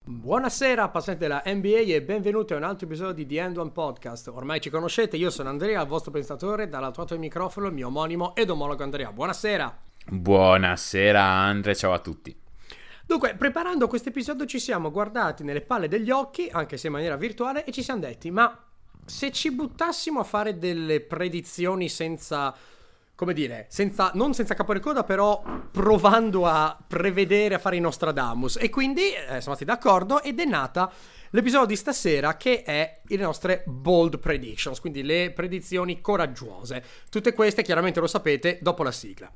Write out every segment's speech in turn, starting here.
Buonasera appassionati della NBA e benvenuti a un altro episodio di The End One Podcast. Ormai ci conoscete, io sono Andrea, il vostro presentatore, dall'altro lato del microfono il mio omonimo ed omologo Andrea. Buonasera. Buonasera Andre, ciao a tutti. Dunque, preparando questo episodio ci siamo guardati nelle palle degli occhi, anche se in maniera virtuale, e ci siamo detti, ma se ci buttassimo a fare delle predizioni senza... come dire, non senza capo e coda, però provando a prevedere, a fare i Nostradamus. E quindi siamo stati d'accordo ed è nata l'episodio di stasera, che è le nostre bold predictions, quindi le predizioni coraggiose. Tutte queste chiaramente lo sapete dopo la sigla.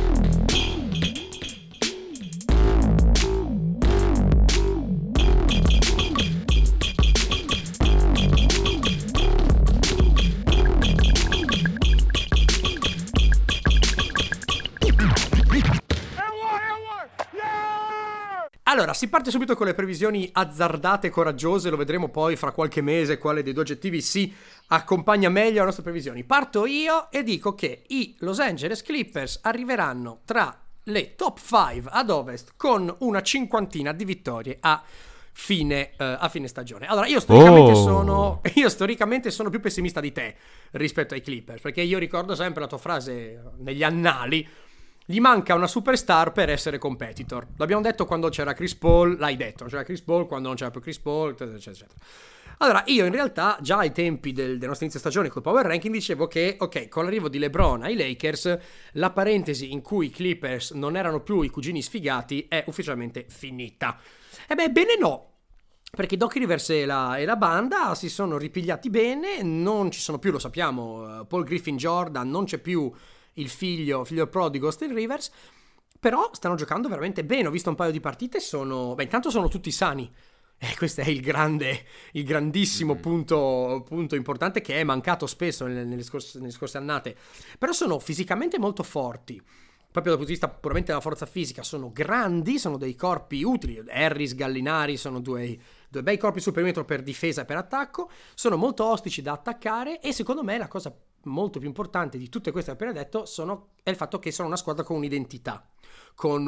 Allora, si parte subito con le previsioni azzardate e coraggiose, lo vedremo poi fra qualche mese quale dei due aggettivi si accompagna meglio alle nostre previsioni. Parto io e dico che i Los Angeles Clippers arriveranno tra le top 5 ad ovest con una cinquantina di vittorie a fine stagione. Allora, io storicamente sono più pessimista di te rispetto ai Clippers, perché io ricordo sempre la tua frase negli annali: gli manca una superstar per essere competitor. L'abbiamo detto quando c'era Chris Paul, l'hai detto, c'era Chris Paul quando non c'era più Chris Paul, eccetera, eccetera. Allora, io in realtà già ai tempi del nostro inizio stagione col Power Ranking dicevo che, ok, con l'arrivo di LeBron ai Lakers, la parentesi in cui i Clippers non erano più i cugini sfigati è ufficialmente finita. E beh, bene no. Perché Doc Rivers e la banda si sono ripigliati bene, non ci sono più, lo sappiamo, Paul Griffin Jordan, non c'è più il figlio prodigo Austin Rivers, però stanno giocando veramente bene. Ho visto un paio di partite, intanto sono tutti sani, e questo è il grandissimo punto importante che è mancato spesso nelle scorse annate. Però sono fisicamente molto forti, proprio dal punto di vista puramente della forza fisica, sono grandi, sono dei corpi utili. Harris, Gallinari sono due bei corpi sul perimetro per difesa e per attacco, sono molto ostici da attaccare, e secondo me la cosa molto più importante di tutte queste che ho appena detto è il fatto che sono una squadra con un'identità, con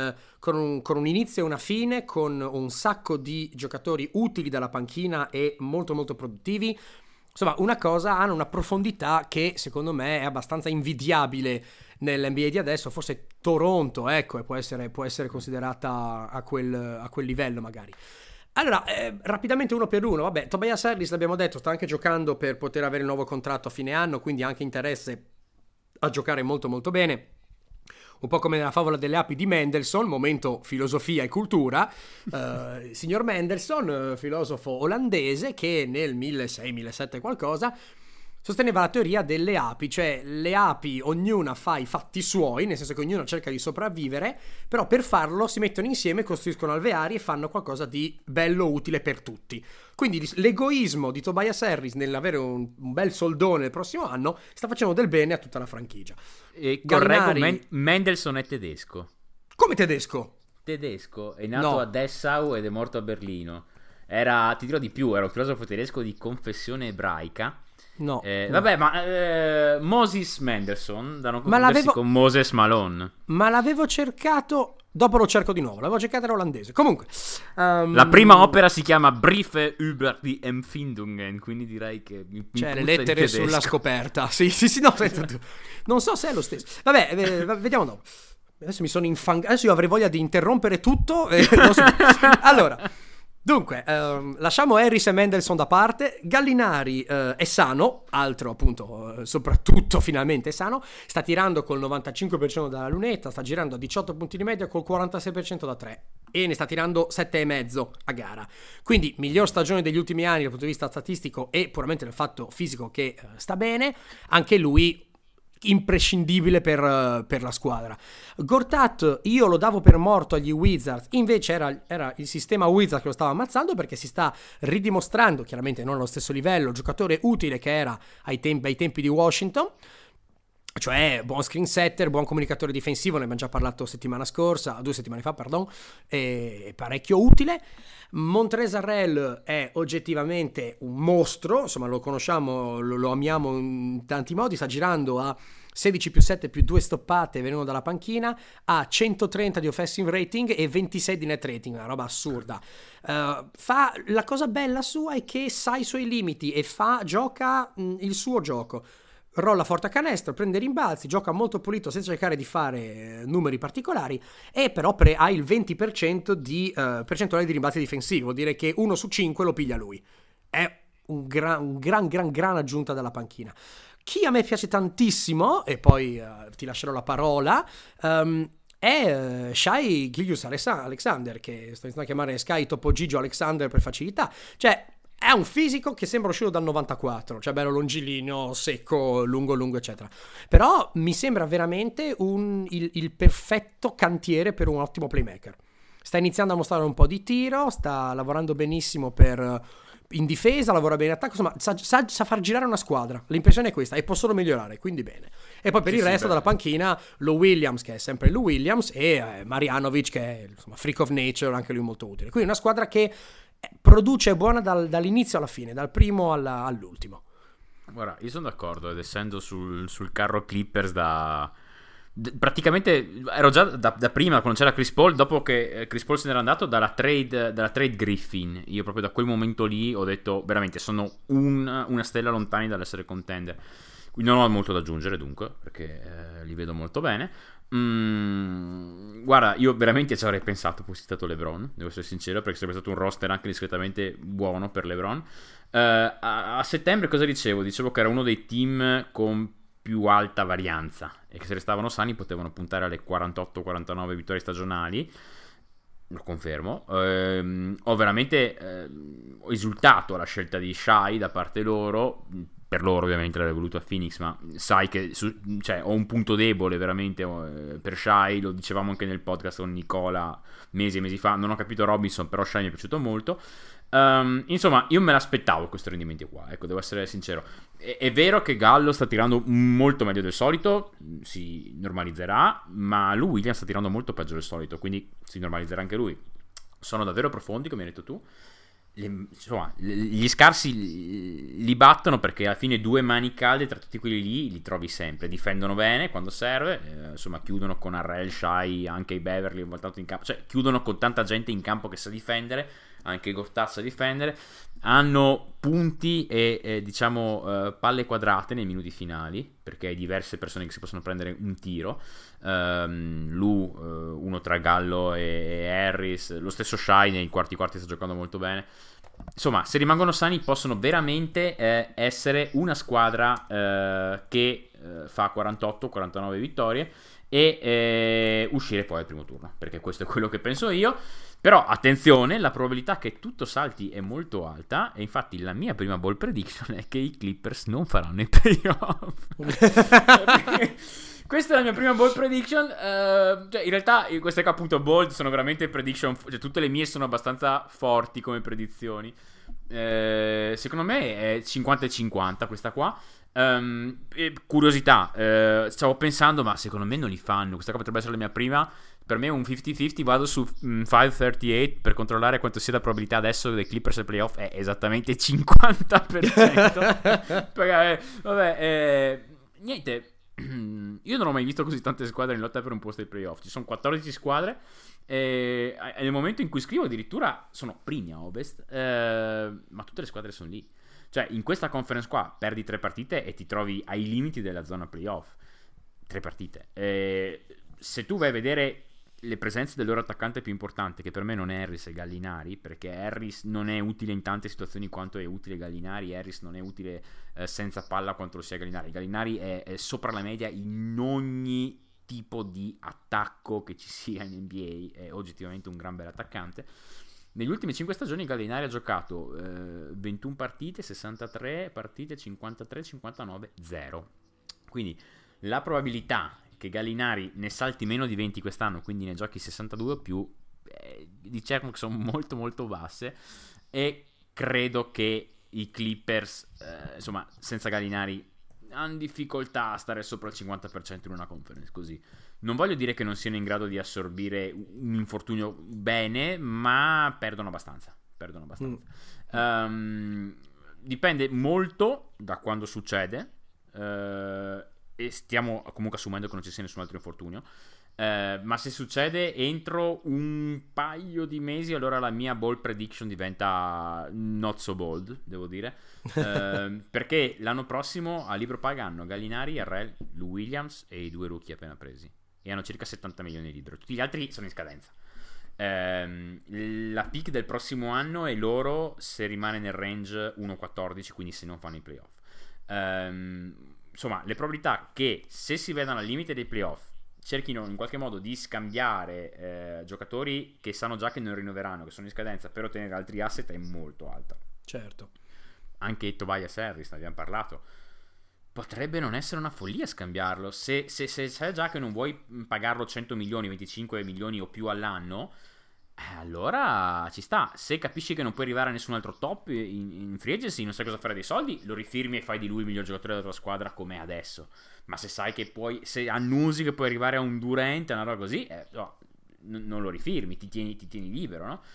un inizio e una fine, con un sacco di giocatori utili dalla panchina e molto molto produttivi. Insomma, hanno una profondità che secondo me è abbastanza invidiabile nell'NBA di adesso. Forse Toronto, ecco, può essere considerata a quel livello magari. Allora, rapidamente uno per uno, vabbè, Tobias Harris l'abbiamo detto, sta anche giocando per poter avere il nuovo contratto a fine anno, quindi anche interesse a giocare molto molto bene. Un po' come nella favola delle api di Mendelssohn, momento filosofia e cultura. Signor Mendelssohn, filosofo olandese, che nel 1600-1700 qualcosa sosteneva la teoria delle api, cioè le api ognuna fa i fatti suoi, nel senso che ognuno cerca di sopravvivere, però per farlo si mettono insieme, costruiscono alveari e fanno qualcosa di bello, utile per tutti. Quindi l'egoismo di Tobias Harris nell'avere un bel soldone il prossimo anno sta facendo del bene a tutta la franchigia. E correggo, Mendelssohn è tedesco. Come tedesco? Tedesco, è nato a Dessau ed è morto a Berlino. Ti dirò di più, era un filosofo tedesco di confessione ebraica. No. Vabbè, ma Moses Mendelssohn da non confondersi con Moses Malone. Ma l'avevo cercato, dopo lo cerco di nuovo. L'avevo cercato, era olandese. Comunque, la prima opera si chiama Briefe über die Empfindungen, quindi direi che le lettere sulla scoperta. Sì, no, non so se è lo stesso. Vabbè, vediamo dopo. Adesso mi sono infangato. Adesso io avrei voglia di interrompere tutto. Allora, dunque, lasciamo Harris e Mendelssohn da parte. Gallinari è sano, altro appunto, soprattutto finalmente è sano, sta tirando col 95% dalla lunetta, sta girando a 18 punti di media col 46% da 3 e ne sta tirando 7,5 a gara. Quindi miglior stagione degli ultimi anni dal punto di vista statistico e puramente del fatto fisico che sta bene. Anche lui imprescindibile per la squadra. Gortat io lo davo per morto agli Wizards, invece era il sistema Wizards che lo stava ammazzando, perché si sta ridimostrando, chiaramente non allo stesso livello, giocatore utile che era ai tempi di Washington, cioè buon screen setter, buon comunicatore difensivo, ne abbiamo già parlato 2 settimane fa, e parecchio utile. Montrezl è oggettivamente un mostro, insomma lo conosciamo, lo amiamo in tanti modi, sta girando a 16 più 7 più 2 stoppate vengono dalla panchina, ha 130 di offensive rating e 26 di net rating, una roba assurda. La cosa bella sua è che sa i suoi limiti e gioca il suo gioco. Rolla forte a canestro, prende rimbalzi, gioca molto pulito senza cercare di fare numeri particolari, e però ha il 20% di percentuale di rimbalzi difensivi, vuol dire che 1 su 5 lo piglia lui. È un gran aggiunta dalla panchina. Chi a me piace tantissimo, e poi ti lascerò la parola, è Shai Gilgeous-Alexander, che sto iniziando a chiamare Sky Topo Gigio Alexander per facilità. Cioè, è un fisico che sembra uscito dal 94, cioè bello longilineo, secco, lungo, eccetera. Però mi sembra veramente il perfetto cantiere per un ottimo playmaker. Sta iniziando a mostrare un po' di tiro, sta lavorando benissimo in difesa, lavora bene in attacco, insomma sa far girare una squadra. L'impressione è questa, e può solo migliorare, quindi bene. E poi per il resto dalla panchina Lou Williams, che è sempre Lou Williams, e Marjanovic, che è insomma freak of nature, anche lui molto utile. Quindi una squadra che produce buona dall'inizio alla fine, dal primo all'ultimo. Guarda, io sono d'accordo, ed essendo sul carro Clippers praticamente ero già da prima, quando c'era Chris Paul, dopo che Chris Paul se n'era andato dalla trade Griffin, io proprio da quel momento lì ho detto veramente sono una stella lontani dall'essere contender. Quindi non ho molto da aggiungere, dunque, perché li vedo molto bene. Guarda, io veramente ci avrei pensato fossi stato LeBron, devo essere sincero, perché sarebbe stato un roster anche discretamente buono per LeBron. A settembre cosa dicevo? Dicevo che era uno dei team con più alta varianza e che se restavano sani potevano puntare alle 48-49 vittorie stagionali. Lo confermo. Ho veramente esultato alla scelta di Shai da parte loro. Per loro ovviamente l'avrei voluto a Phoenix, ma sai che ho un punto debole veramente per Shai, lo dicevamo anche nel podcast con Nicola mesi e mesi fa. Non ho capito Robinson, però Shai mi è piaciuto molto. Insomma, io me l'aspettavo questo rendimento qua, ecco, devo essere sincero. È vero che Gallo sta tirando molto meglio del solito, si normalizzerà, ma lui Williams sta tirando molto peggio del solito, quindi si normalizzerà anche lui. Sono davvero profondi, come hai detto tu. Gli scarsi li battono, perché alla fine due mani calde tra tutti quelli lì li trovi sempre, difendono bene quando serve, chiudono con Arrel, Shai, anche i Beverly involtato in campo, cioè chiudono con tanta gente in campo che sa difendere, anche Gortat sa difendere, hanno punti e palle quadrate nei minuti finali, perché hai diverse persone che si possono prendere un tiro, uno tra Gallo e Harris, lo stesso Shai nei quarti sta giocando molto bene. Insomma, se rimangono sani possono veramente essere una squadra che fa 48-49 vittorie e uscire poi al primo turno, perché questo è quello che penso io. Però attenzione, la probabilità che tutto salti è molto alta, e infatti la mia prima ball prediction è che i Clippers non faranno i playoff. Questa è la mia prima bold prediction. In realtà queste qua appunto bold sono veramente prediction, cioè tutte le mie sono abbastanza forti come predizioni. Secondo me è 50-50 questa qua. Curiosità, stavo pensando, ma secondo me non li fanno. Questa qua potrebbe essere la mia prima. Per me è un 50-50, vado su 538 per controllare quanto sia la probabilità adesso dei Clippers ai playoff. È esattamente 50%. Perché, niente. Io non ho mai visto così tante squadre in lotta per un posto ai playoff. Ci sono 14 squadre e nel momento in cui scrivo addirittura sono primi a Ovest, ma tutte le squadre sono lì. Cioè in questa conference qua perdi 3 partite e ti trovi ai limiti della zona playoff. 3 partite. Se tu vai a vedere le presenze del loro attaccante più importante, che per me non è Harris, è Gallinari, perché Harris non è utile in tante situazioni quanto è utile Gallinari. Harris non è utile senza palla quanto lo sia Gallinari. Gallinari è sopra la media in ogni tipo di attacco che ci sia in NBA, è oggettivamente un gran bel attaccante. Negli ultimi 5 stagioni Gallinari ha giocato 21 partite, 63 partite, 53-59, 0. Quindi la probabilità che Gallinari ne salti meno di 20 quest'anno, quindi ne giochi 62 o più, diciamo che sono molto molto basse, e credo che i Clippers senza Gallinari hanno difficoltà a stare sopra il 50% in una conference così. Non voglio dire che non siano in grado di assorbire un infortunio bene, ma perdono abbastanza. Dipende molto da quando succede, e stiamo comunque assumendo che non ci sia nessun altro infortunio. Ma se succede entro un paio di mesi, allora la mia bold prediction diventa not so bold, devo dire. Perché l'anno prossimo a libro paga hanno Gallinari, Arrel, Lou Williams e i 2 rookie appena presi, e hanno circa 70 milioni di libro. Tutti gli altri sono in scadenza. La pick del prossimo anno è loro se rimane nel range 1-14, quindi se non fanno i playoff. Insomma, le probabilità che se si vedano al limite dei playoff cerchino in qualche modo di scambiare giocatori che sanno già che non rinnoveranno, che sono in scadenza, per ottenere altri asset è molto alta. Certo. Anche Tobias Harris, ne abbiamo parlato, potrebbe non essere una follia scambiarlo. Se sai già che non vuoi pagarlo 100 milioni, 25 milioni o più all'anno, allora ci sta. Se capisci che non puoi arrivare a nessun altro top in free agency, non sai cosa fare dei soldi, lo rifirmi e fai di lui il miglior giocatore della tua squadra come se sai che puoi, se annusi che puoi arrivare a un Durant, una roba così, no, non lo rifirmi, ti tieni libero, no?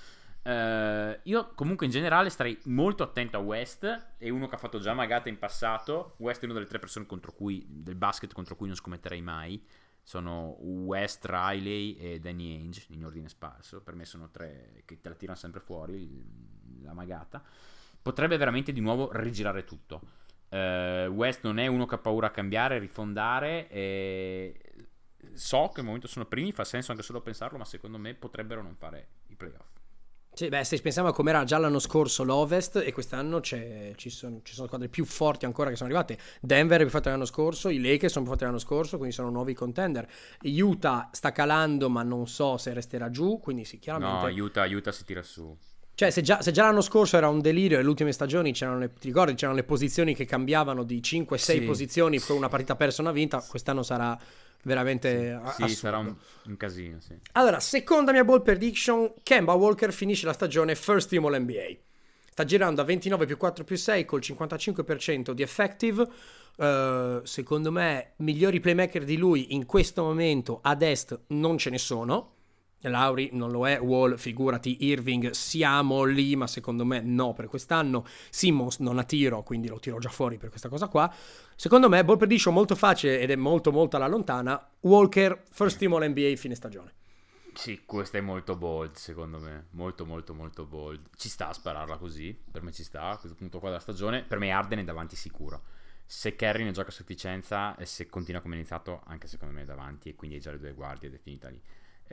Io comunque in generale starei molto attento a West. È uno che ha fatto già magate in passato. West è una delle 3 persone del basket contro cui non scommetterei mai. Sono West, Riley e Danny Ainge in ordine sparso. Per me sono 3 che te la tirano sempre fuori la magata. Potrebbe veramente di nuovo rigirare tutto. West non è uno che ha paura a cambiare, rifondare, e so che al momento sono primi, fa senso anche solo pensarlo, ma secondo me potrebbero non fare i playoff. Sì, beh, se pensiamo a com'era già l'anno scorso l'Ovest, e quest'anno ci sono squadre più forti ancora che sono arrivate. Denver è più forte l'anno scorso, i Lakers sono più forti l'anno scorso, quindi sono nuovi contender. Utah sta calando, ma non so se resterà giù, quindi sì, chiaramente. No, Utah si tira su. Cioè, se già l'anno scorso era un delirio e le ultime stagioni ti ricordi, c'erano le posizioni che cambiavano di 5-6 sì, posizioni con una partita persa, una vinta, quest'anno sarà veramente assurdo. Sì, sarà un casino, sì. Allora, seconda mia bold prediction, Kemba Walker finisce la stagione first team All-NBA. Sta girando a 29 più 4 più 6 col 55% di effective. Secondo me, migliori playmaker di lui in questo momento ad est non ce ne sono. Lauri non lo è, Wall, figurati, Irving, siamo lì, ma secondo me no per quest'anno. Simmons non ha tiro, quindi lo tiro già fuori per questa cosa qua. Secondo me, bold prediction molto facile ed è molto molto alla lontana. Walker, first team All-NBA fine stagione. Sì, questa è molto bold, secondo me. Molto, molto, molto bold. Ci sta a spararla così. Per me ci sta, a questo punto qua della stagione. Per me Harden è davanti sicuro. Se Curry ne gioca a sufficienza e se continua come è iniziato, anche secondo me è davanti, e quindi hai già le 2 guardie ed è finita lì.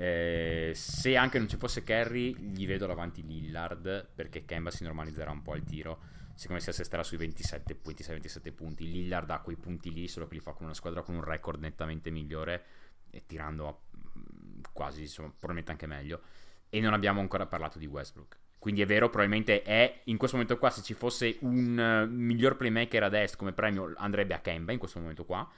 Se anche non ci fosse Curry, gli vedo davanti Lillard, perché Kemba si normalizzerà un po' al tiro. Secondo me si assesterà sui 26-27 punti. Lillard ha quei punti lì, solo che li fa con una squadra con un record nettamente migliore e tirando quasi, insomma, probabilmente anche meglio. E non abbiamo ancora parlato di Westbrook. Quindi è vero, probabilmente è in questo momento qua, se ci fosse un miglior playmaker ad est come premio, andrebbe a Kemba in questo momento qua.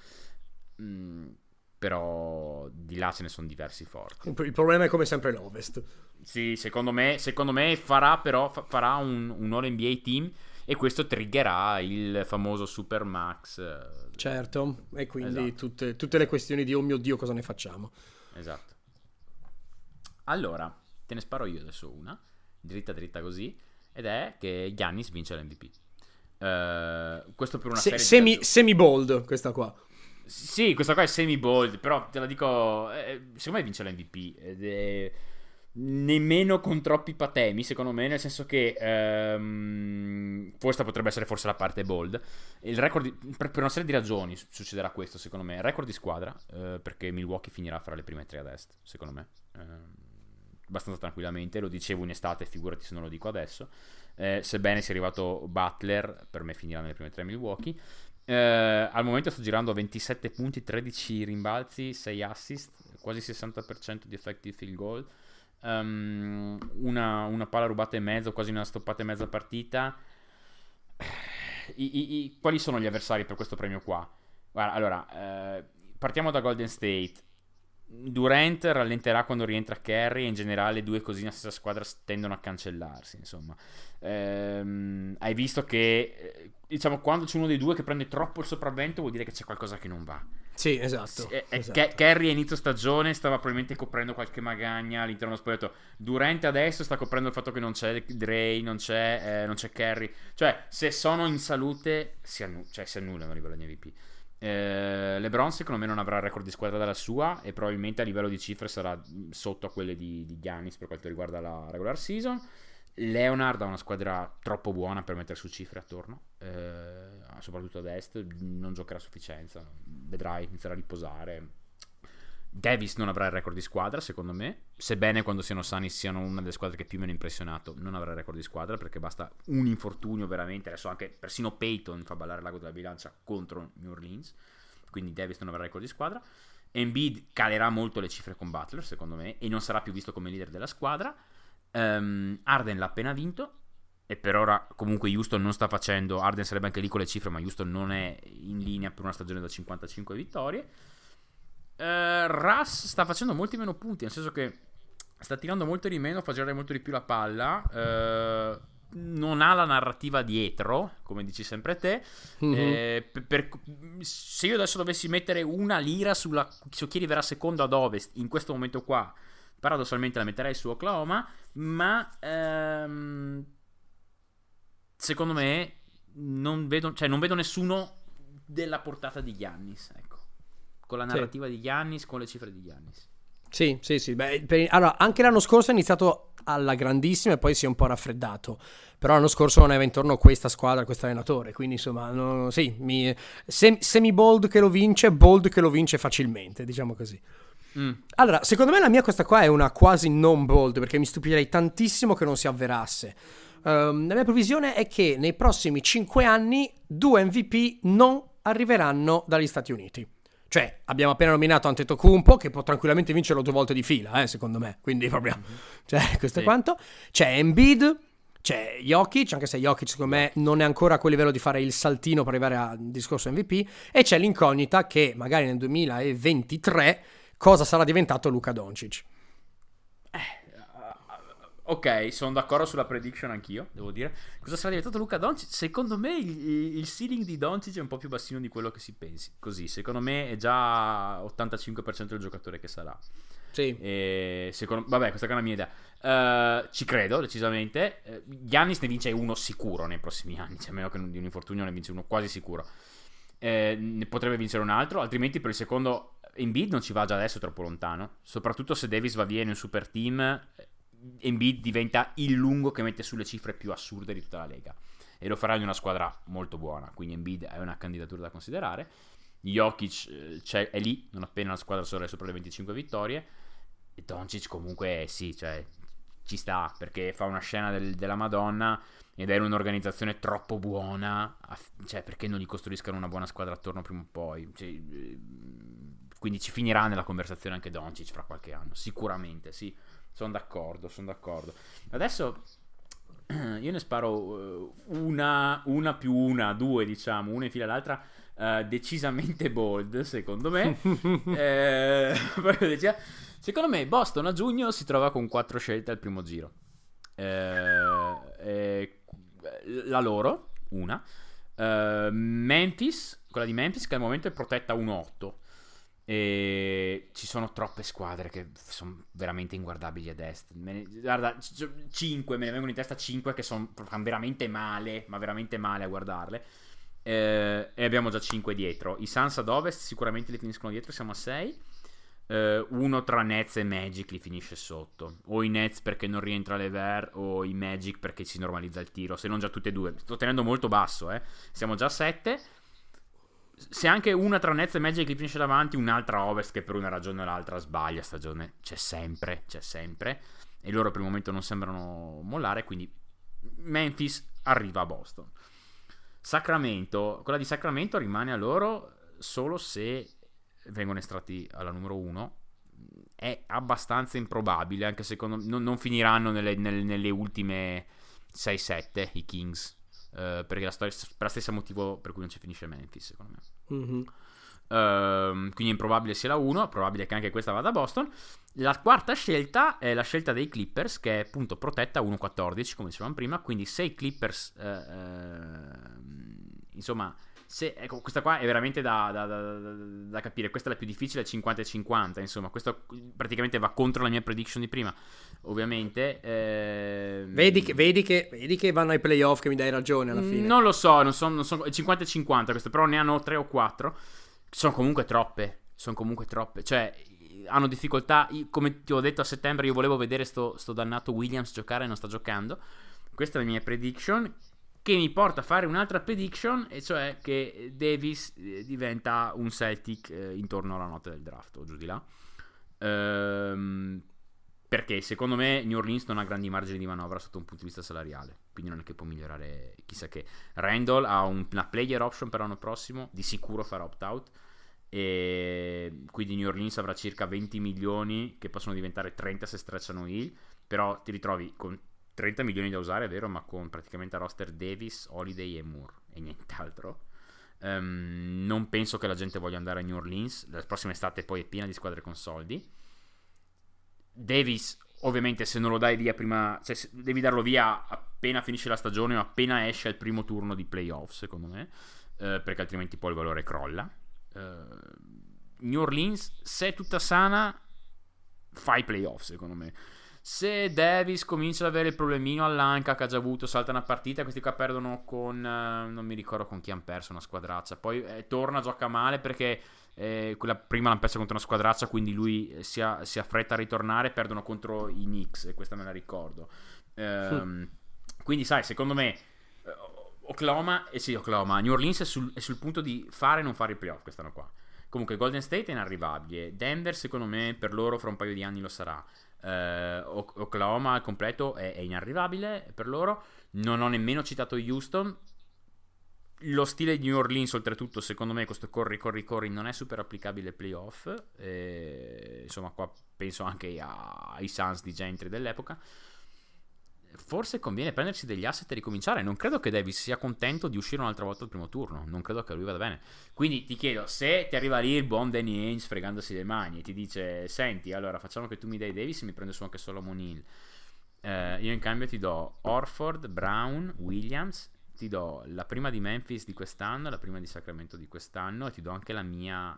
Però di là ce ne sono diversi forti. Il problema è come sempre l'Ovest. Sì, secondo me farà un All-NBA team, e questo triggerà il famoso Supermax. Certo, e quindi esatto. tutte le questioni di oh mio Dio, cosa ne facciamo? Esatto. Allora, te ne sparo io adesso una, dritta così, ed è che Giannis vince l'MVP. Questo per una serie di semi bold questa qua. Sì, questa qua è semi bold, però te la dico, secondo me vince l'MVP ed è nemmeno con troppi patemi, secondo me, nel senso che questa potrebbe essere forse la parte bold. Il record per una serie di ragioni succederà questo, secondo me. Record di squadra, perché Milwaukee finirà fra le prime 3 ad est, secondo me, abbastanza tranquillamente. Lo dicevo in estate, figurati se non lo dico adesso. Sebbene sia arrivato Butler, per me finirà nelle prime 3 Milwaukee. Al momento sto girando a 27 punti, 13 rimbalzi, 6 assist, quasi 60% di effective field goal, una palla rubata e mezzo, quasi una stoppata e mezza partita. Quali sono gli avversari per questo premio qua? Guarda, allora, partiamo da Golden State. Durant rallenterà quando rientra Curry, e in generale 2 così nella stessa squadra tendono a cancellarsi, insomma. Hai visto che diciamo, quando c'è uno dei 2 che prende troppo il sopravvento, vuol dire che c'è qualcosa che non va. Sì, esatto. Curry a inizio stagione stava probabilmente coprendo qualche magagna all'interno dello spogliatoio. Durant adesso sta coprendo il fatto che non c'è Dre, non c'è Curry. Cioè, se sono in salute si annullano a livello di MVP. LeBron secondo me non avrà il record di squadra dalla sua e probabilmente a livello di cifre sarà sotto a quelle di Giannis per quanto riguarda la regular season. Leonard ha una squadra troppo buona per mettere su cifre attorno, soprattutto ad est, non giocherà a sufficienza, vedrai, inizierà a riposare. Davis non avrà il record di squadra secondo me, sebbene quando siano sani siano una delle squadre che più mi hanno impressionato, non avrà il record di squadra perché basta un infortunio veramente. Adesso anche persino Peyton fa ballare l'ago della bilancia contro New Orleans, quindi Davis non avrà il record di squadra. Embiid calerà molto le cifre con Butler secondo me e non sarà più visto come leader della squadra. Harden l'ha appena vinto e per ora comunque Houston non sta facendo, Harden sarebbe anche lì con le cifre, ma Houston non è in linea per una stagione da 55 vittorie. Russ sta facendo molti meno punti, nel senso che sta tirando molto di meno, fa girare molto di più la palla, non ha la narrativa dietro, come dici sempre te. Se io adesso dovessi mettere una lira su chi arriverà secondo ad Ovest in questo momento qua, paradossalmente la metterei su Oklahoma, ma secondo me non vedo nessuno della portata di Giannis, ecco, con la narrativa di Giannis, con le cifre di Giannis. Sì. Beh, allora, anche l'anno scorso è iniziato alla grandissima e poi si è un po' raffreddato. Però l'anno scorso non aveva intorno questa squadra, questo allenatore. Quindi insomma, semi bold che lo vince facilmente, diciamo così. Allora, secondo me la mia questa qua è una quasi non bold, perché mi stupirei tantissimo che non si avverasse. La mia previsione è che nei prossimi 5 anni 2 MVP non arriveranno dagli Stati Uniti. Cioè, abbiamo appena nominato Antetokounmpo, che può tranquillamente vincerlo 2 volte di fila, secondo me. Quindi proprio, cioè, questo è quanto. C'è Embiid, c'è Jokic, anche se Jokic secondo me non è ancora a quel livello di fare il saltino per arrivare al discorso MVP. E c'è l'incognita che magari nel 2023 cosa sarà diventato Luka Doncic. Ok, sono d'accordo sulla prediction anch'io, devo dire. Cosa sarà diventato Luka Doncic? Secondo me il ceiling di Doncic è un po' più bassino di quello che si pensi. Così, secondo me è già 85% del giocatore che sarà. Sì. Vabbè, questa è una mia idea. Ci credo, decisamente. Giannis ne vince uno sicuro nei prossimi anni, cioè a meno che di un infortunio ne vince uno quasi sicuro. Ne potrebbe vincere un altro, altrimenti per il secondo Embiid non ci va già adesso troppo lontano. Soprattutto se Davis va via in un super team, Embiid diventa il lungo che mette sulle cifre più assurde di tutta la Lega e lo farà in una squadra molto buona, quindi Embiid è una candidatura da considerare. Jokic è lì non appena la squadra sarà sopra le 25 vittorie e Doncic comunque sì, cioè ci sta perché fa una scena della Madonna ed è un'organizzazione troppo buona, cioè perché non gli costruiscano una buona squadra attorno prima o poi, cioè, quindi ci finirà nella conversazione anche Doncic fra qualche anno, sicuramente sì. Sono d'accordo. Adesso io ne sparo una più una, due diciamo, una in fila all'altra, decisamente bold secondo me. Secondo me Boston a giugno si trova con 4 scelte al primo giro. La loro, una. Memphis, quella di Memphis che al momento è protetta 1-8. E ci sono troppe squadre che sono veramente inguardabili ad est. Guarda, 5 me ne vengono in testa 5 che fanno veramente male, ma veramente male a guardarle. E abbiamo già 5 dietro. I Suns ad ovest sicuramente li finiscono dietro, siamo a 6. Uno tra Nets e Magic li finisce sotto. O i Nets perché non rientra Lever, o i Magic perché si normalizza il tiro. Se non già tutte e due. Sto tenendo molto basso, siamo già a 7. Se anche una tra Nets e Magic li finisce davanti, un'altra ovest che per una ragione o l'altra sbaglia stagione c'è sempre e loro per il momento non sembrano mollare, quindi Memphis arriva a Boston. Sacramento, quella di Sacramento rimane a loro solo se vengono estratti alla numero 1. È abbastanza improbabile, anche secondo me non finiranno nelle ultime 6-7 i Kings. Perché per la stessa motivo per cui non ci finisce Memphis secondo me. Quindi è improbabile sia la 1, è probabile che anche questa vada a Boston. La quarta scelta è la scelta dei Clippers, che è appunto protetta 1-14 come dicevamo prima, quindi se i Clippers insomma ecco, questa qua è veramente da capire. Questa è la più difficile, 50-50. Insomma, questo praticamente va contro la mia prediction di prima. Ovviamente, vedi che vanno ai playoff, che mi dai ragione alla fine. Non lo so, non so 50-50 questo, però ne hanno 3 o 4. Sono comunque troppe. Cioè, hanno difficoltà. Come ti ho detto a settembre, io volevo vedere sto dannato Williams giocare e non sta giocando. Questa è la mia prediction, che mi porta a fare un'altra prediction, e cioè che Davis diventa un Celtic intorno alla notte del draft o giù di là. Perché secondo me New Orleans non ha grandi margini di manovra sotto un punto di vista salariale, quindi non è che può migliorare chissà che. Randall ha una player option per l'anno prossimo, di sicuro farà opt-out, e quindi New Orleans avrà circa 20 milioni che possono diventare 30 se strecciano Hill, però ti ritrovi con 30 milioni da usare, è vero, ma con praticamente a roster Davis, Holiday e Moore e nient'altro. Non penso che la gente voglia andare a New Orleans. La prossima estate poi è piena di squadre con soldi. Davis ovviamente se non lo dai via prima, cioè devi darlo via appena finisce la stagione o appena esce al primo turno di playoff, secondo me, perché altrimenti poi il valore crolla. New Orleans, se è tutta sana, fa i playoff secondo me. Se Davis comincia ad avere il problemino all'anca che ha già avuto, salta una partita, questi qua perdono con non mi ricordo con chi hanno perso, una squadraccia, poi torna, gioca male perché quella prima l'hanno persa contro una squadraccia, quindi lui si affretta a ritornare, perdono contro i Knicks, e questa me la ricordo. Quindi sai, secondo me Oklahoma, New Orleans è sul punto di fare e non fare i playoff quest'anno qua. Comunque Golden State è inarrivabile, Denver secondo me per loro fra un paio di anni lo sarà. Oklahoma al completo è inarrivabile per loro. Non ho nemmeno citato Houston. Lo stile di New Orleans oltretutto secondo me, questo corri non è super applicabile ai playoff, insomma qua penso anche ai Suns di Gentry dell'epoca. Forse conviene prendersi degli asset e ricominciare. Non credo che Davis sia contento di uscire un'altra volta al primo turno, non credo che a lui vada bene. Quindi ti chiedo, se ti arriva lì il buon Danny Ainge fregandosi le mani e ti dice senti, allora facciamo che tu mi dai Davis e mi prendo su anche Solomon Hill, io in cambio ti do Horford, Brown, Williams, ti do la prima di Memphis di quest'anno, la prima di Sacramento di quest'anno, e ti do anche la mia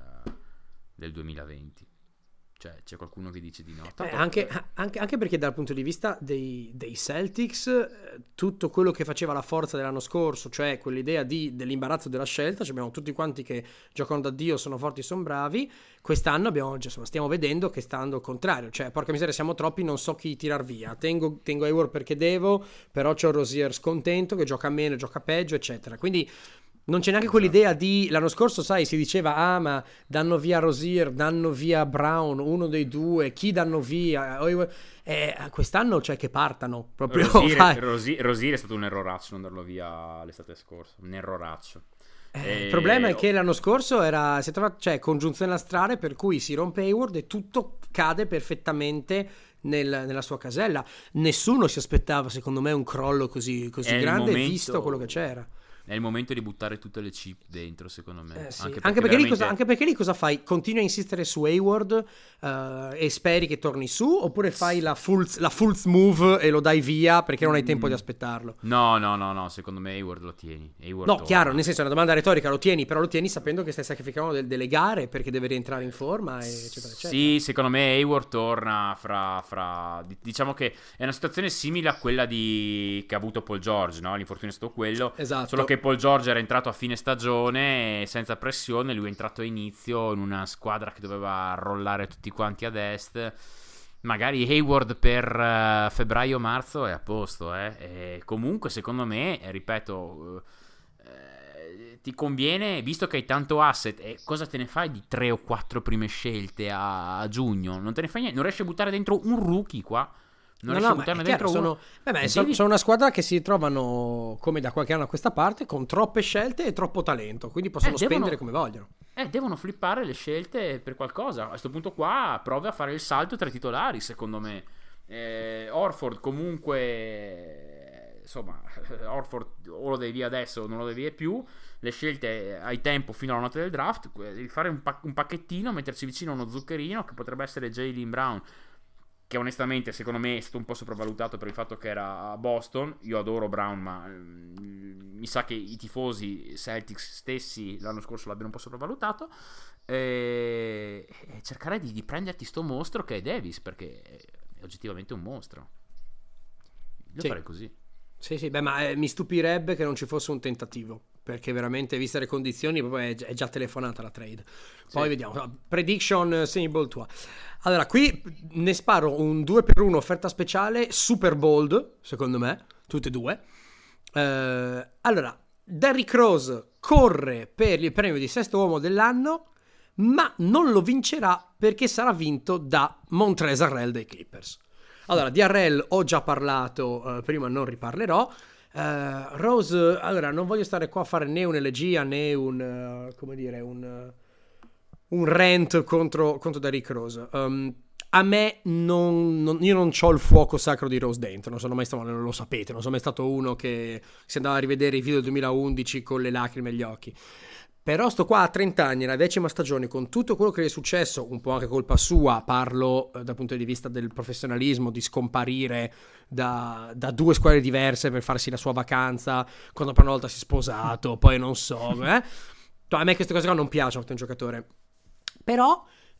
del 2020. Cioè, c'è qualcuno che dice di no. Anche perché dal punto di vista dei Celtics, tutto quello che faceva la forza dell'anno scorso, cioè quell'idea dell'imbarazzo della scelta, cioè abbiamo tutti quanti che giocano da Dio, sono forti, sono bravi. Quest'anno stiamo vedendo che sta andando al contrario, cioè porca miseria siamo troppi, non so chi tirar via, tengo Hayward perché devo, però c'ho Rozier scontento che gioca meno, gioca peggio, eccetera. Quindi non c'è neanche quell'idea di... L'anno scorso, sai, si diceva ma danno via Rozier, danno via Brown, uno dei due, chi danno via? Quest'anno c'è che partano proprio. Rozier è stato un erroraccio non darlo via l'estate scorsa, un erroraccio. Il problema è che l'anno scorso si è trovato, cioè, congiunzione astrale per cui si rompe Hayward e tutto cade perfettamente nella sua casella. Nessuno si aspettava, secondo me, un crollo così grande, visto quello che c'era. È il momento di buttare tutte le chip dentro, secondo me. Sì. Anche perché lì cosa fai? Continui a insistere su Hayward e speri che torni su, oppure fai la Fultz move e lo dai via perché non hai tempo di aspettarlo? No, secondo me Hayward lo tieni. Chiaro, nel senso è una domanda retorica, lo tieni, però lo tieni sapendo che stai sacrificando delle gare perché deve rientrare in forma, eccetera, eccetera. Sì, secondo me Hayward torna fra diciamo che è una situazione simile a quella che ha avuto Paul George, no? L'infortunio è stato quello. Esatto. Solo che Paul George era entrato a fine stagione senza pressione, lui è entrato a inizio in una squadra che doveva rollare tutti quanti ad est. Magari Hayward per febbraio-marzo è a posto, E comunque secondo me, ripeto, ti conviene, visto che hai tanto asset, e cosa te ne fai di 3 o 4 prime scelte a giugno? Non te ne fai niente, non riesci a buttare dentro un rookie qua. Non riesci a buttarne dentro uno. Sono una squadra che si trovano, come da qualche anno a questa parte, con troppe scelte e troppo talento, quindi possono spendere come vogliono. Devono flippare le scelte per qualcosa. A questo punto qua prova a fare il salto tra i titolari, secondo me. Horford comunque, insomma, Horford o lo devi via adesso o non lo devi via più. Le scelte hai tempo fino alla notte del draft, devi fare un pacchettino, metterci vicino uno zuccherino che potrebbe essere Jaylen Brown, che onestamente secondo me è stato un po' sopravvalutato per il fatto che era a Boston. Io adoro Brown, ma mi sa che i tifosi Celtics stessi l'anno scorso l'abbiano un po' sopravvalutato, e cercare di prenderti sto mostro che è Davis, perché è oggettivamente un mostro. Farei così. Sì, ma mi stupirebbe che non ci fosse un tentativo. perché veramente, viste le condizioni, proprio è già telefonata la trade. Poi Sì. vediamo. Prediction Simple tua. Allora, qui ne sparo un 2x1 offerta speciale super bold, secondo me, tutte e due. Allora, Derrick Rose corre per il premio di sesto uomo dell'anno, ma non lo vincerà perché sarà vinto da Montrezl Harrell dei Clippers. Allora, di Harrell ho già parlato, prima non riparlerò. Rose, allora, non voglio stare qua a fare né un'elegia né un rant contro Derrick Rose. A me io non ho il fuoco sacro di Rose dentro, non sono mai stato, lo sapete, non sono mai stato uno che si andava a rivedere i video del 2011 con le lacrime agli occhi. Però sto qua a 30 anni, la 10ª stagione, con tutto quello che è successo, un po' anche colpa sua, parlo dal punto di vista del professionalismo, di scomparire da 2 squadre diverse per farsi la sua vacanza, quando per una volta si è sposato, poi non so, a me queste cose qua non piacciono per un giocatore. Però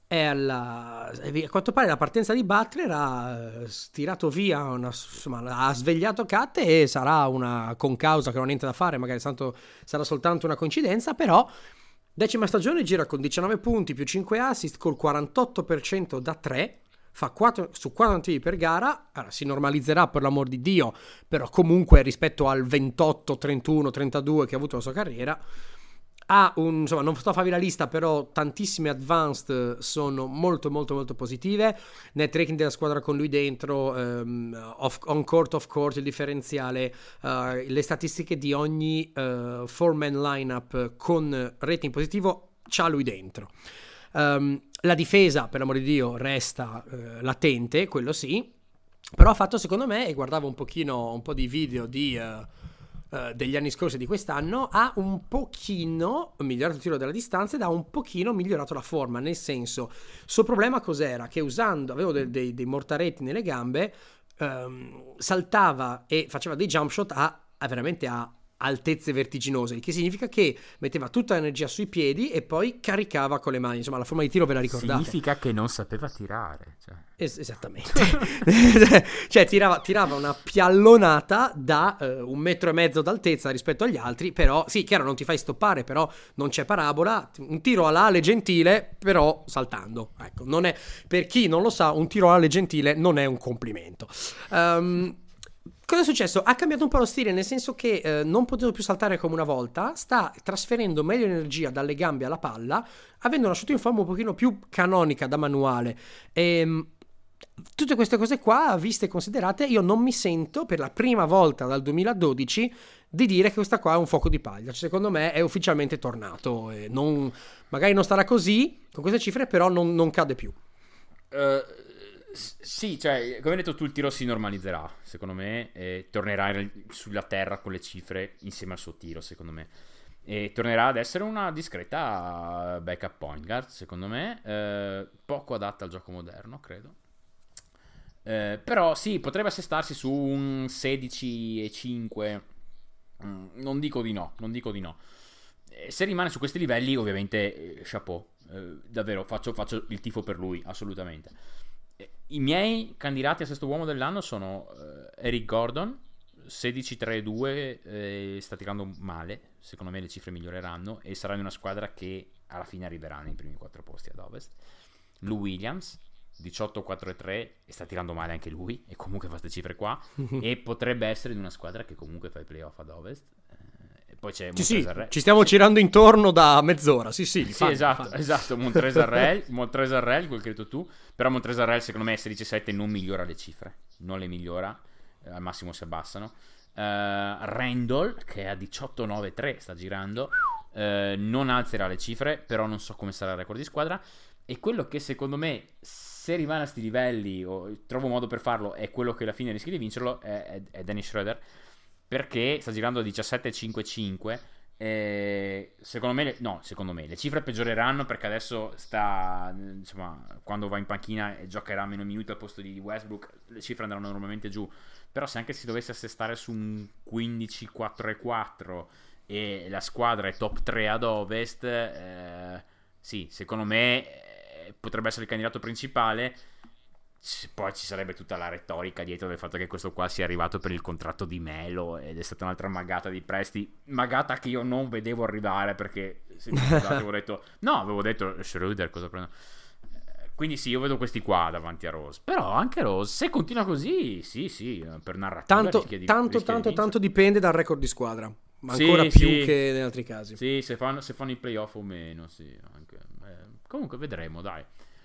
a quanto pare la partenza di Butler ha tirato via ha svegliato Cat e sarà una concausa che non ha niente da fare, magari sarà soltanto una coincidenza, però 10ª stagione gira con 19 punti più 5 assist col 48% da 3, fa 4 su 4 tentativi per gara. Allora, si normalizzerà per l'amor di Dio, però comunque rispetto al 28, 31, 32 che ha avuto la sua carriera insomma, non sto a farvi la lista, però tantissime advanced sono molto molto molto positive. Net rating della squadra con lui dentro, on court, off court, il differenziale, le statistiche di ogni 4-man lineup con rating positivo c'ha lui dentro. La difesa, per l'amor di Dio, resta latente, quello sì, però ha fatto, secondo me, e guardavo un po' di video degli anni scorsi e di quest'anno, ha un pochino migliorato il tiro dalla distanza ed ha un pochino migliorato la forma, nel senso, il suo problema cos'era? Che avevo dei mortaretti nelle gambe, saltava e faceva dei jump shot veramente a altezze vertiginose, il che significa che metteva tutta l'energia sui piedi e poi caricava con le mani. Insomma, la forma di tiro ve la ricordate? Significa che non sapeva tirare, cioè. Esattamente. Cioè tirava una piallonata da 1,5 metri d'altezza rispetto agli altri, però sì, chiaro, non ti fai stoppare, però non c'è parabola, un tiro alla Ale Gentile però saltando, ecco, non è, per chi non lo sa, un tiro alla Ale Gentile non è un complimento. Cosa è successo? Ha cambiato un po' lo stile, nel senso che non potendo più saltare come una volta, sta trasferendo meglio l'energia dalle gambe alla palla, avendo una shooting form un pochino più canonica da manuale. Tutte queste cose qua, viste e considerate, io non mi sento per la prima volta dal 2012 di dire che questa qua è un fuoco di paglia. Cioè, secondo me è ufficialmente tornato. Magari non starà così, con queste cifre, però non cade più. Sì, cioè, come hai detto tu, il tiro si normalizzerà, secondo me, e tornerà sulla terra con le cifre insieme al suo tiro, secondo me. E tornerà ad essere una discreta backup point guard, secondo me, poco adatta al gioco moderno, credo. Però sì, potrebbe assestarsi su un 16,5. Non dico di no. Se rimane su questi livelli, ovviamente, chapeau. Davvero, faccio il tifo per lui, assolutamente. I miei candidati a sesto uomo dell'anno sono Eric Gordon, 16-3-2, sta tirando male, secondo me le cifre miglioreranno e sarà in una squadra che alla fine arriverà nei primi 4 posti ad ovest. Lou Williams, 18-4-3, e sta tirando male anche lui e comunque fa queste cifre qua e potrebbe essere in una squadra che comunque fa i playoff ad ovest. Poi c'è Montrezl Harrell. Ci stiamo girando intorno da mezz'ora. Sì, esatto. Montrezl Harrell, quel che hai detto tu. Però Montrezl Harrell, secondo me, 16-7 non migliora le cifre. Non le migliora, al massimo si abbassano. Randall, che è a 18-9-3, sta girando, non alzerà le cifre, però non so come sarà il record di squadra. E quello che secondo me, se rimane a sti livelli, o trovo un modo per farlo, è quello che alla fine rischia di vincerlo, è Dennis Schroeder, perché sta girando a 17-5-5. Secondo me le cifre peggioreranno, perché adesso insomma, quando va in panchina e giocherà meno minuti al posto di Westbrook, le cifre andranno normalmente giù. Però se anche si dovesse assestare su un 15-4-4 e la squadra è top 3 ad ovest, sì, secondo me potrebbe essere il candidato principale. poi ci sarebbe tutta la retorica dietro del fatto che questo qua sia arrivato per il contratto di Melo ed è stata un'altra magata di prestiti, magata che io non vedevo arrivare, perché se mi scusate avevo detto Schroeder cosa prendo. Quindi sì, io vedo questi qua davanti a Rose. Però anche Rose, se continua così, sì, per narrativa tanto dipende dal record di squadra, ma ancora più che in altri casi. Sì, se fanno i playoff o meno, sì, anche. Comunque vedremo, dai.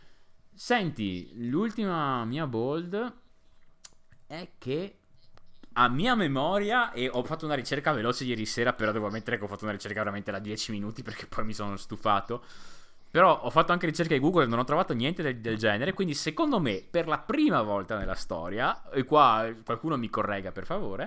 Senti, l'ultima mia bold è che a mia memoria, e ho fatto una ricerca veloce ieri sera, però devo ammettere che ho fatto una ricerca veramente da 10 minuti perché poi mi sono stufato. Però ho fatto anche ricerche di Google e non ho trovato niente del genere. Quindi secondo me, per la prima volta nella storia, e qua qualcuno mi corregga per favore,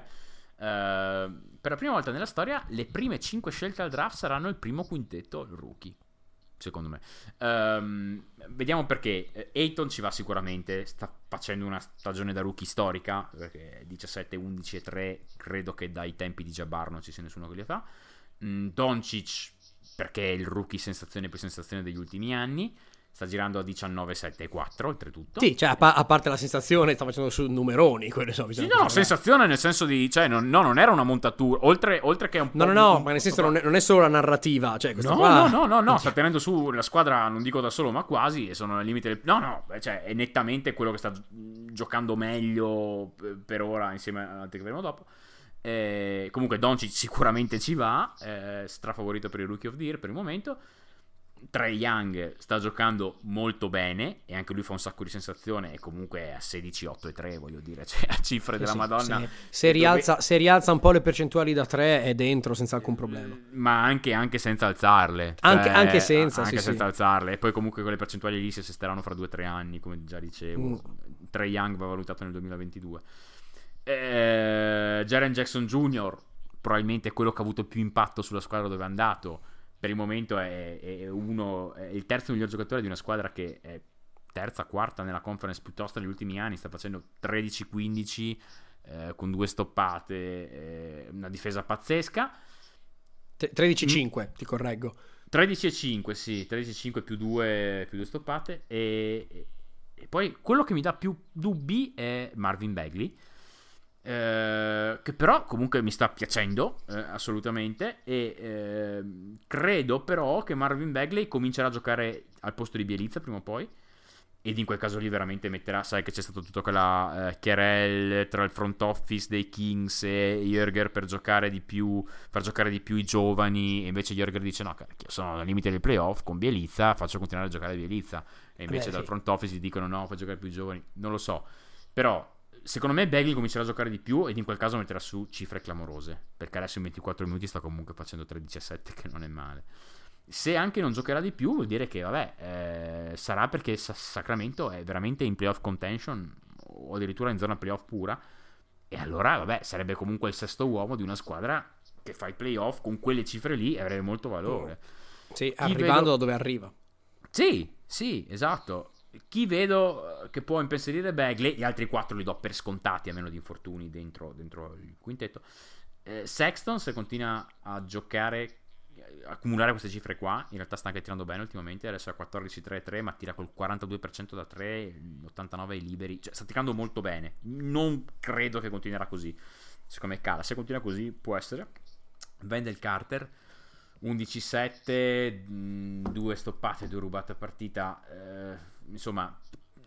per la prima volta nella storia le prime 5 scelte al draft saranno il primo quintetto rookie, secondo me. Vediamo perché. Ayton ci va sicuramente, sta facendo una stagione da rookie storica, perché 17, 11 e 3 credo che dai tempi di Jabbar non ci sia nessuno che li fa. Doncic, perché è il rookie sensazione più sensazione degli ultimi anni, sta girando a 19, 7 e 4 oltretutto. Sì, cioè a parte la sensazione sta facendo su numeroni, quello so, sì, no, sensazione nel senso di, cioè non era una montatura, oltre che un po'. No, ma nel senso non è solo la narrativa, cioè questo no, sta tenendo su la squadra, non dico da solo, ma quasi, e sono al limite cioè è nettamente quello che sta giocando meglio per ora insieme ad altri che vedremo dopo. Comunque Doncic sicuramente ci va, strafavorito per il Rookie of the Year per il momento. Trae Young sta giocando molto bene e anche lui fa un sacco di sensazione, e comunque è a 16, 8 e 3, voglio dire, cioè a cifre della Madonna. Se rialza un po' le percentuali da 3 è dentro senza alcun problema, ma anche senza alzarle, anche senza alzarle, e poi comunque quelle percentuali lì si assesteranno fra 2 o 3 anni, come già dicevo. Trae Young va valutato nel 2022. Jaren Jackson Jr. probabilmente è quello che ha avuto più impatto sulla squadra dove è andato. Per il momento è il terzo miglior giocatore di una squadra che è terza, quarta nella conference piuttosto negli ultimi anni. Sta facendo 13-15 con 2 stoppate, una difesa pazzesca. 13-5, ti correggo. 13-5, sì, 13-5 più 2 stoppate. E poi quello che mi dà più dubbi è Marvin Bagley, che però comunque mi sta piacendo assolutamente, e credo però che Marvin Bagley comincerà a giocare al posto di Bjelica prima o poi, ed in quel caso lì veramente metterà, sai che c'è stato tutto quella querel tra il front office dei Kings e Jürger per giocare di più i giovani, e invece Jürger dice no, sono al limite del playoff con Bjelica, faccio continuare a giocare Bjelica, e invece dal front office gli dicono no, fai giocare più i giovani, non lo so, però secondo me Bagley comincerà a giocare di più, ed in quel caso metterà su cifre clamorose, perché adesso in 24 minuti sta comunque facendo 3-17, che non è male. Se anche non giocherà di più, vuol dire che sarà perché Sacramento è veramente in playoff contention, o addirittura in zona playoff pura, e allora sarebbe comunque il sesto uomo di una squadra che fa i playoff con quelle cifre lì, e avrebbe molto valore. Sì, arrivando da dove arriva. Sì, esatto. Chi vedo che può impensierire Bagley, gli altri 4 li do per scontati, a meno di infortuni dentro il quintetto. Sexton, se continua a giocare, accumulare queste cifre qua, in realtà sta anche tirando bene ultimamente, adesso è a 14-3-3, ma tira col 42% da 3, l'89% ai liberi, cioè sta tirando molto bene. Non credo che continuerà così, secondo me cala, se continua così può essere. Wendell Carter 11-7, 2 stoppate, 2 rubate a partita, insomma,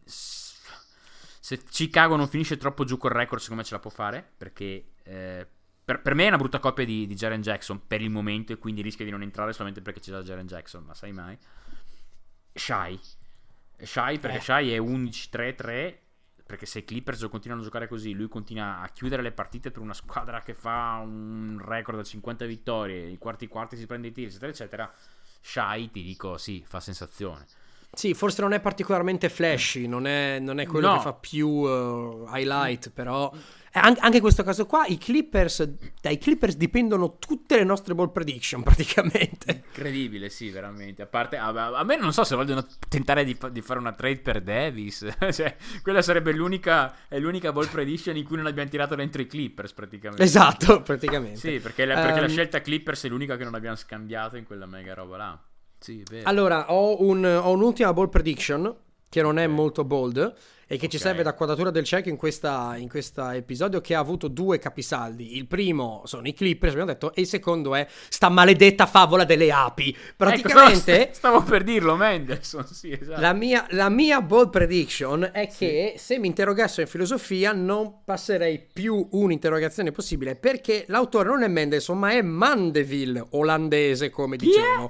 se Chicago non finisce troppo giù col record, secondo me ce la può fare, perché per me è una brutta coppia di Jaren Jackson per il momento, e quindi rischia di non entrare solamente perché c'è da Jaren Jackson, ma sai mai. Shai perché Shai è 11-3-3, perché se i Clippers continuano a giocare così, lui continua a chiudere le partite per una squadra che fa un record da 50 vittorie, i quarti si prende i tiri, eccetera eccetera. Shai, ti dico, sì, fa sensazione. Sì, forse non è particolarmente flashy, non è quello che fa più highlight, però anche in questo caso qua dai Clippers dipendono tutte le nostre ball prediction praticamente. Incredibile, sì, veramente. A parte a me non so se vogliono tentare di fare una trade per Davis, cioè quella sarebbe l'unica ball prediction in cui non abbiamo tirato dentro i Clippers praticamente. Esatto, praticamente. Sì, perché la scelta Clippers è l'unica che non abbiamo scambiato in quella mega roba là. Sì, vero. Allora, ho un'ultima ball prediction che non è molto bold e che ci Ok. serve da quadratura del cerchio in questo episodio, che ha avuto 2 capisaldi. Il primo sono i Clippers, abbiamo detto, e il secondo è sta maledetta favola delle api. Praticamente Ecco, stavo per dirlo, Mendelssohn, sì, esatto. la mia bold prediction è che se mi interrogassero in filosofia non passerei più un'interrogazione possibile, perché l'autore non è Mendelssohn ma è Mandeville, olandese come dicevano.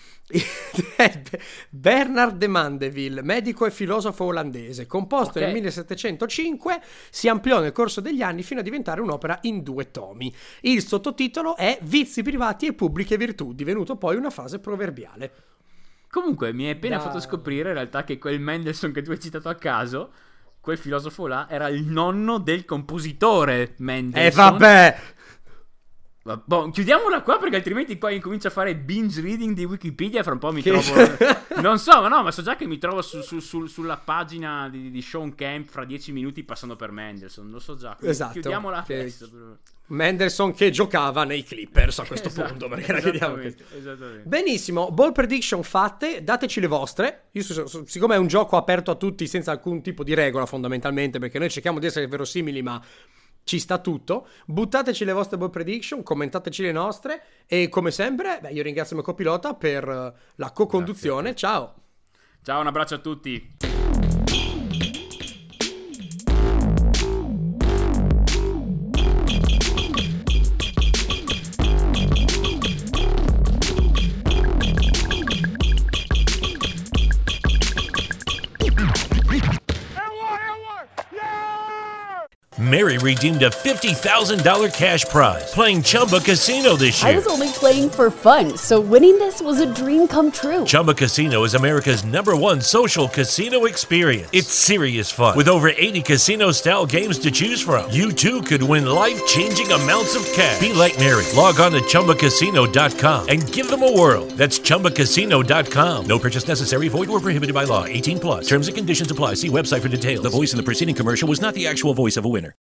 Bernard de Mandeville, medico e filosofo olandese, composto nel 1705, si ampliò nel corso degli anni fino a diventare un'opera in 2 tomi. Il sottotitolo è Vizi privati e pubbliche virtù, divenuto poi una frase proverbiale. Comunque mi hai appena fatto scoprire in realtà che quel Mendelssohn che tu hai citato a caso, quel filosofo là, era il nonno del compositore Mendelssohn. E vabbè! Boh, chiudiamola qua perché altrimenti poi incomincio a fare binge reading di Wikipedia. Fra un po' mi Che- trovo non so, ma so già che mi trovo sulla pagina di Sean Kemp fra 10 minuti passando per Mendelssohn. Lo so già, quindi Esatto, chiudiamola che- adesso. Mendelssohn che giocava nei Clippers a questo Esatto, punto, perché la chiediamo esattamente. benissimo. Ball prediction fatte, dateci le vostre. Io siccome è un gioco aperto a tutti senza alcun tipo di regola fondamentalmente, perché noi cerchiamo di essere verosimili ma ci sta tutto, buttateci le vostre ball prediction, commentateci le nostre e come sempre io ringrazio il mio copilota per la co-conduzione. Ciao. Ciao, un abbraccio a tutti. Mary redeemed a $50,000 cash prize playing Chumba Casino this I year. was only playing for fun, so winning this was a dream come true. Chumba Casino is America's #1 social casino experience. It's serious fun. With over 80 casino-style games to choose from, you too could win life-changing amounts of cash. Be like Mary. Log on to ChumbaCasino.com and give them a whirl. That's ChumbaCasino.com. No purchase necessary. Void where prohibited by law. 18+. Terms and conditions apply. See website for details. The voice in the preceding commercial was not the actual voice of a winner.